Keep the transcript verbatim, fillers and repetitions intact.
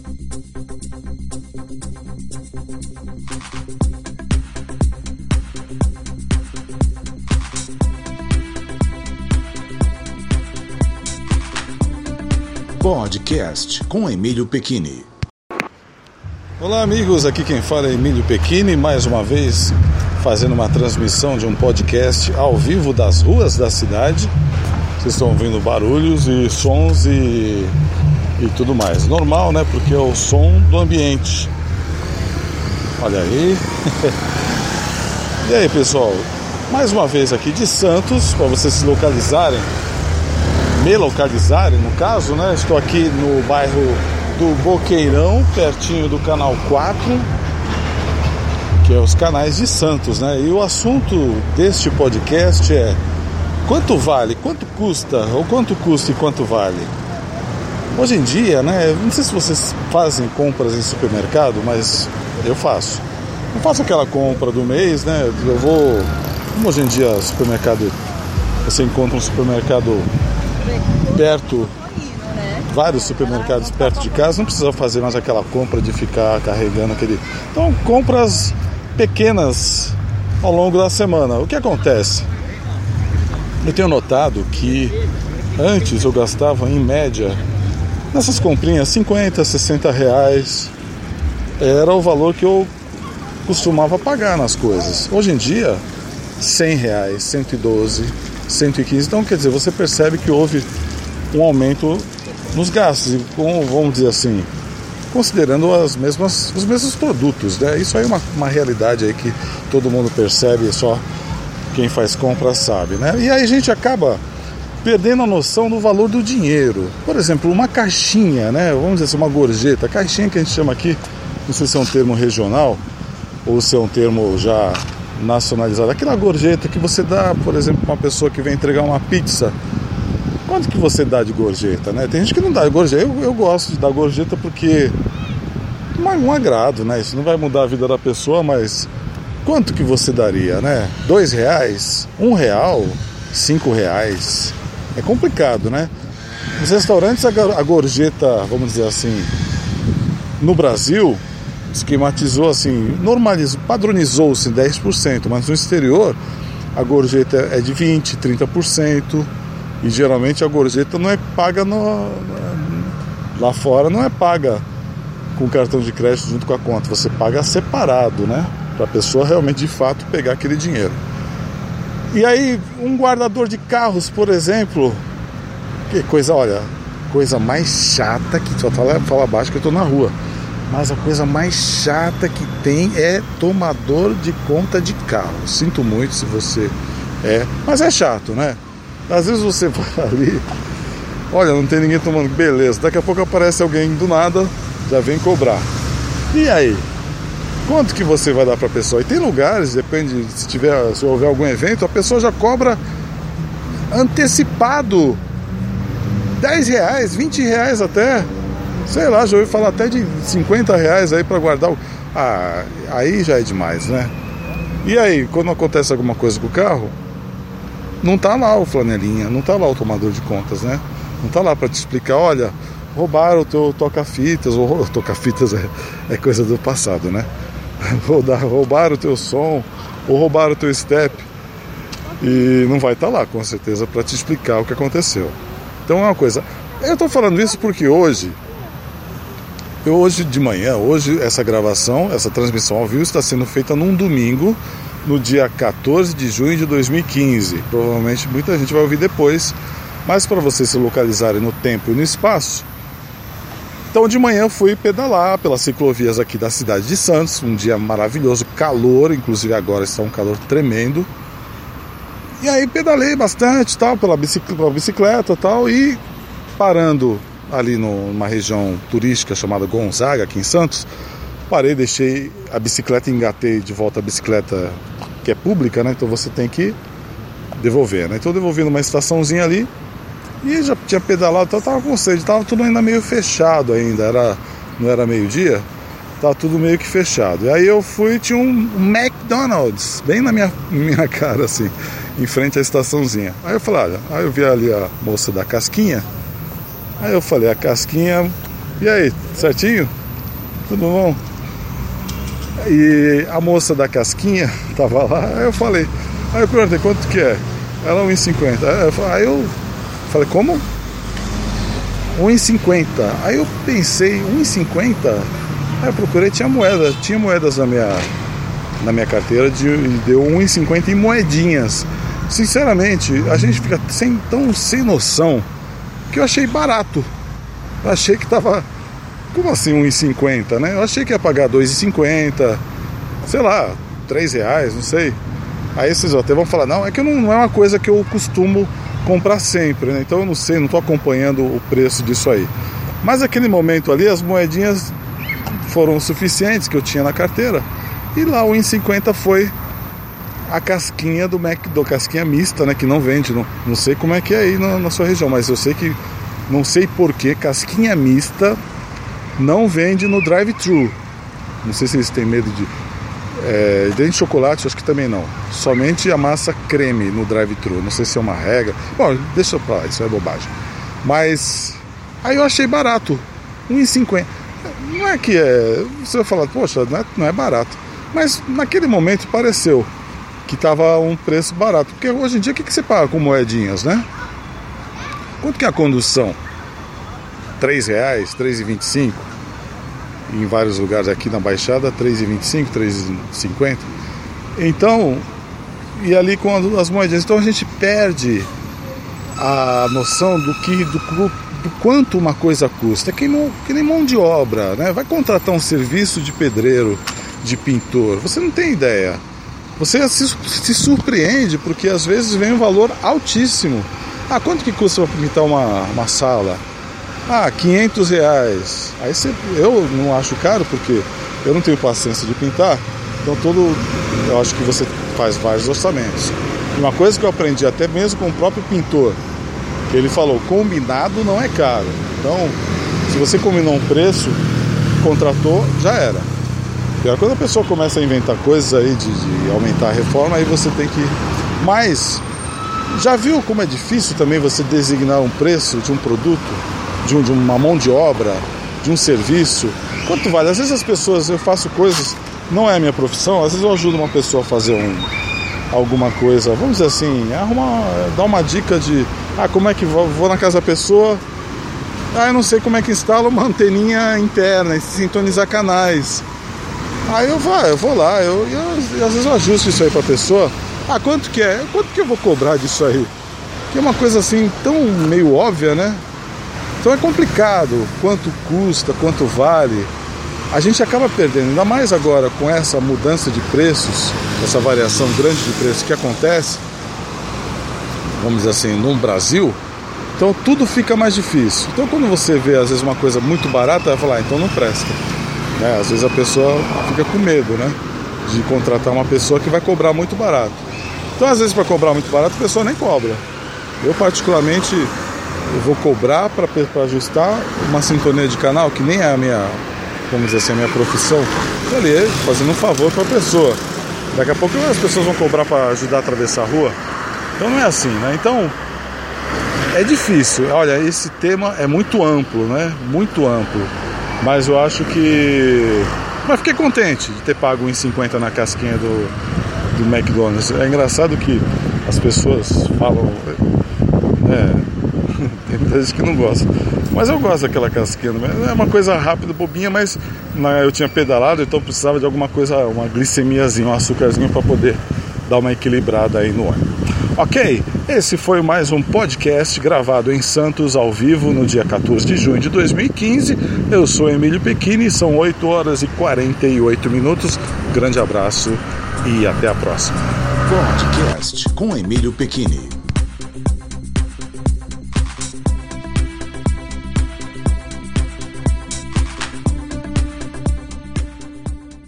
Podcast com Emílio Pecchini. Olá amigos, aqui quem fala é Emílio Pecchini, mais uma vez fazendo uma transmissão de um podcast ao vivo das ruas da cidade. Vocês estão ouvindo barulhos e sons e, e tudo mais. Normal, né? Porque é o som do ambiente. Olha aí. E aí pessoal, mais uma vez aqui de Santos, para vocês se localizarem. Me localizarem, no caso, né? Estou aqui no bairro do Boqueirão, pertinho do canal quatro, que é os canais de Santos, né? E o assunto deste podcast é: quanto vale, quanto custa, ou quanto custa e quanto vale? Hoje em dia, né? Não sei se vocês fazem compras em supermercado, mas eu faço. Eu faço aquela compra do mês, né? Eu vou, como hoje em dia supermercado, você encontra um supermercado perto, vários supermercados perto de casa, não precisa fazer mais aquela compra de ficar carregando aquele... Então, compras pequenas ao longo da semana. O que acontece? Eu tenho notado que antes eu gastava em média nessas comprinhas cinquenta, sessenta reais, era o valor que eu costumava pagar nas coisas. Hoje em dia, cem reais, cento e doze, cento e quinze. Então, quer dizer, você percebe que houve um aumento nos gastos, e com, vamos dizer assim, considerando as mesmas, os mesmos produtos, né? Isso aí é uma, uma realidade aí que todo mundo percebe, só quem faz compra sabe, né? E aí a gente acaba perdendo a noção do valor do dinheiro. Por exemplo, uma caixinha, né? Vamos dizer assim, uma gorjeta, a caixinha que a gente chama aqui, não sei se é um termo regional ou se é um termo já nacionalizado, aquela gorjeta que você dá, por exemplo, para uma pessoa que vem entregar uma pizza. Quanto que você dá de gorjeta, né? Tem gente que não dá de gorjeta. Eu, eu gosto de dar gorjeta porque é um agrado, né? Isso não vai mudar a vida da pessoa, mas quanto que você daria, né? Dois reais? Um real? Cinco reais? É complicado, né? Nos restaurantes a gorjeta, vamos dizer assim, no Brasil, esquematizou assim, normalizou, padronizou-se em dez por cento, mas no exterior a gorjeta é de vinte por cento, trinta por cento. E geralmente a gorjeta não é paga no, lá fora, não é paga com cartão de crédito junto com a conta, você paga separado, né? Para a pessoa realmente de fato pegar aquele dinheiro. E aí um guardador de carros, por exemplo, que coisa, olha, coisa mais chata que só fala, fala baixo que eu tô na rua, mas a coisa mais chata que tem é tomador de conta de carro. Sinto muito se você é, mas é chato, né? Às vezes você vai ali, olha, não tem ninguém tomando, beleza, daqui a pouco aparece alguém do nada, já vem cobrar. E aí? Quanto que você vai dar para a pessoa? E tem lugares, depende, se tiver, se houver algum evento, a pessoa já cobra antecipado dez reais, vinte reais até, sei lá, já ouvi falar até de cinquenta reais aí para guardar o... Ah, aí já é demais, né? E aí, quando acontece alguma coisa com o carro, não tá lá o flanelinha, não tá lá o tomador de contas, né? Não tá lá para te explicar, olha, roubaram o teu toca-fitas, ou toca-fitas é, é coisa do passado, né? Roubaram o teu som, ou roubaram o teu step. E não vai estar lá, com certeza, para te explicar o que aconteceu. Então é uma coisa... Eu tô falando isso porque hoje, eu hoje de manhã, hoje essa gravação, essa transmissão ao vivo está sendo feita num domingo, no dia quatorze de junho de dois mil e quinze. Provavelmente muita gente vai ouvir depois, mas para vocês se localizarem no tempo e no espaço. Então de manhã eu fui pedalar pelas ciclovias aqui da cidade de Santos, um dia maravilhoso, calor, inclusive agora está um calor tremendo. E aí pedalei bastante, tal, pela bicicleta, pela bicicleta tal, e parando ali numa região turística chamada Gonzaga, aqui em Santos, parei, deixei a bicicleta e engatei de volta a bicicleta que é pública, né? Então você tem que devolver, né? Então eu devolvi numa estaçãozinha ali e já tinha pedalado, então tava com sede, tava tudo ainda meio fechado ainda, era, não era meio-dia, tava tudo meio que fechado. E aí eu fui, tinha um McDonald's bem na minha, minha cara, assim, em frente à estaçãozinha. Aí eu falei, olha, aí eu vi ali a moça da casquinha, aí eu falei, a casquinha E aí, certinho? Tudo bom? E a moça da casquinha tava lá, aí eu falei, aí eu perguntei, quanto que é? Ela, um e cinquenta. Aí eu falei, como? um e cinquenta. Aí eu pensei, um e cinquenta? Aí eu procurei, tinha moeda, tinha moedas na minha, na minha carteira, de, deu um e cinquenta em moedinhas. Sinceramente, a gente fica sem, tão sem noção, que eu achei barato. Eu achei que tava, como assim um e cinquenta, né? Eu achei que ia pagar dois e cinquenta, sei lá, três reais, não sei. Aí vocês até vão falar, não, é que não, não é uma coisa que eu costumo comprar sempre, né? Então eu não sei, não estou acompanhando o preço disso aí. Mas naquele momento ali, as moedinhas foram suficientes que eu tinha na carteira. E lá o um e cinquenta foi a casquinha do Mac, do casquinha mista, né? Que não vende, não, não sei como é que é aí na, na sua região, mas eu sei que, não sei porquê, casquinha mista não vende no drive-thru. Não sei se eles têm medo de... É, dentro de chocolate, acho que também não. Somente a massa creme no drive-thru. Não sei se é uma regra. Bom, deixa eu falar, isso é bobagem. Mas aí eu achei barato, um e cinquenta. Não é que é... Você vai falar, poxa, não é, não é barato. Mas naquele momento pareceu que estava um preço barato. Porque hoje em dia, o que, que você paga com moedinhas, né? Quanto que é a condução? três reais, três e vinte e cinco. Em vários lugares aqui na Baixada, três e vinte e cinco, três e cinquenta. Então, e ali com as moedinhas. Então a gente perde a noção do que do, do quanto uma coisa custa. É que, não, que nem mão de obra, né? Vai contratar um serviço de pedreiro, de pintor, você não tem ideia. Você se, se surpreende, porque às vezes vem um valor altíssimo. Ah, quanto que custa para pintar uma, uma sala? Ah, quinhentos reais. Aí você, eu não acho caro, porque eu não tenho paciência de pintar. Então todo, eu acho que você faz vários orçamentos. Uma coisa que eu aprendi até mesmo com o próprio pintor, que ele falou, combinado não é caro. Então, se você combinou um preço, contratou, já era. E quando a pessoa começa a inventar coisas aí de, de aumentar a reforma, aí você tem que... Mas, já viu como é difícil também você designar um preço de um produto? De, um, de uma mão de obra, de um serviço? Quanto vale? Às vezes as pessoas, eu faço coisas, não é a minha profissão, às vezes eu ajudo uma pessoa a fazer um, alguma coisa, vamos dizer assim, arrumar, dar uma dica de, ah, como é que vou, vou na casa da pessoa, ah, eu não sei como é que instala uma anteninha interna e sintonizar canais. Aí eu vou, eu vou lá, eu, eu, às vezes eu ajusto isso aí pra pessoa. Ah, quanto que é? Quanto que eu vou cobrar disso aí? Que é uma coisa assim tão meio óbvia, né? Então é complicado, quanto custa, quanto vale. A gente acaba perdendo, ainda mais agora com essa mudança de preços, essa variação grande de preços que acontece, vamos dizer assim, no Brasil. Então tudo fica mais difícil. Então quando você vê às vezes uma coisa muito barata, vai falar, ah, então não presta, né? Às vezes a pessoa fica com medo, né, de contratar uma pessoa que vai cobrar muito barato. Então às vezes para cobrar muito barato a pessoa nem cobra. Eu particularmente... Eu vou cobrar para ajustar uma sintonia de canal, que nem é a minha, vamos dizer assim, a minha profissão. Ali, fazendo um favor para a pessoa. Daqui a pouco as pessoas vão cobrar para ajudar a atravessar a rua. Então não é assim, né? Então é difícil. Olha, esse tema é muito amplo, né? Muito amplo. Mas eu acho que... Mas fiquei contente de ter pago um e cinquenta na casquinha do, do McDonald's. É engraçado que as pessoas falam... É, tem muita gente que não gosta, mas eu gosto daquela casquinha. É uma coisa rápida, bobinha, mas na, eu tinha pedalado, então precisava de alguma coisa, uma glicemiazinha, um açúcarzinho para poder dar uma equilibrada aí no ônibus. Ok, esse foi mais um podcast gravado em Santos, ao vivo, no dia quatorze de junho de dois mil e quinze. Eu sou Emílio Pecchini, são oito horas e quarenta e oito minutos. Grande abraço e até a próxima. Podcast com Emílio Pecchini.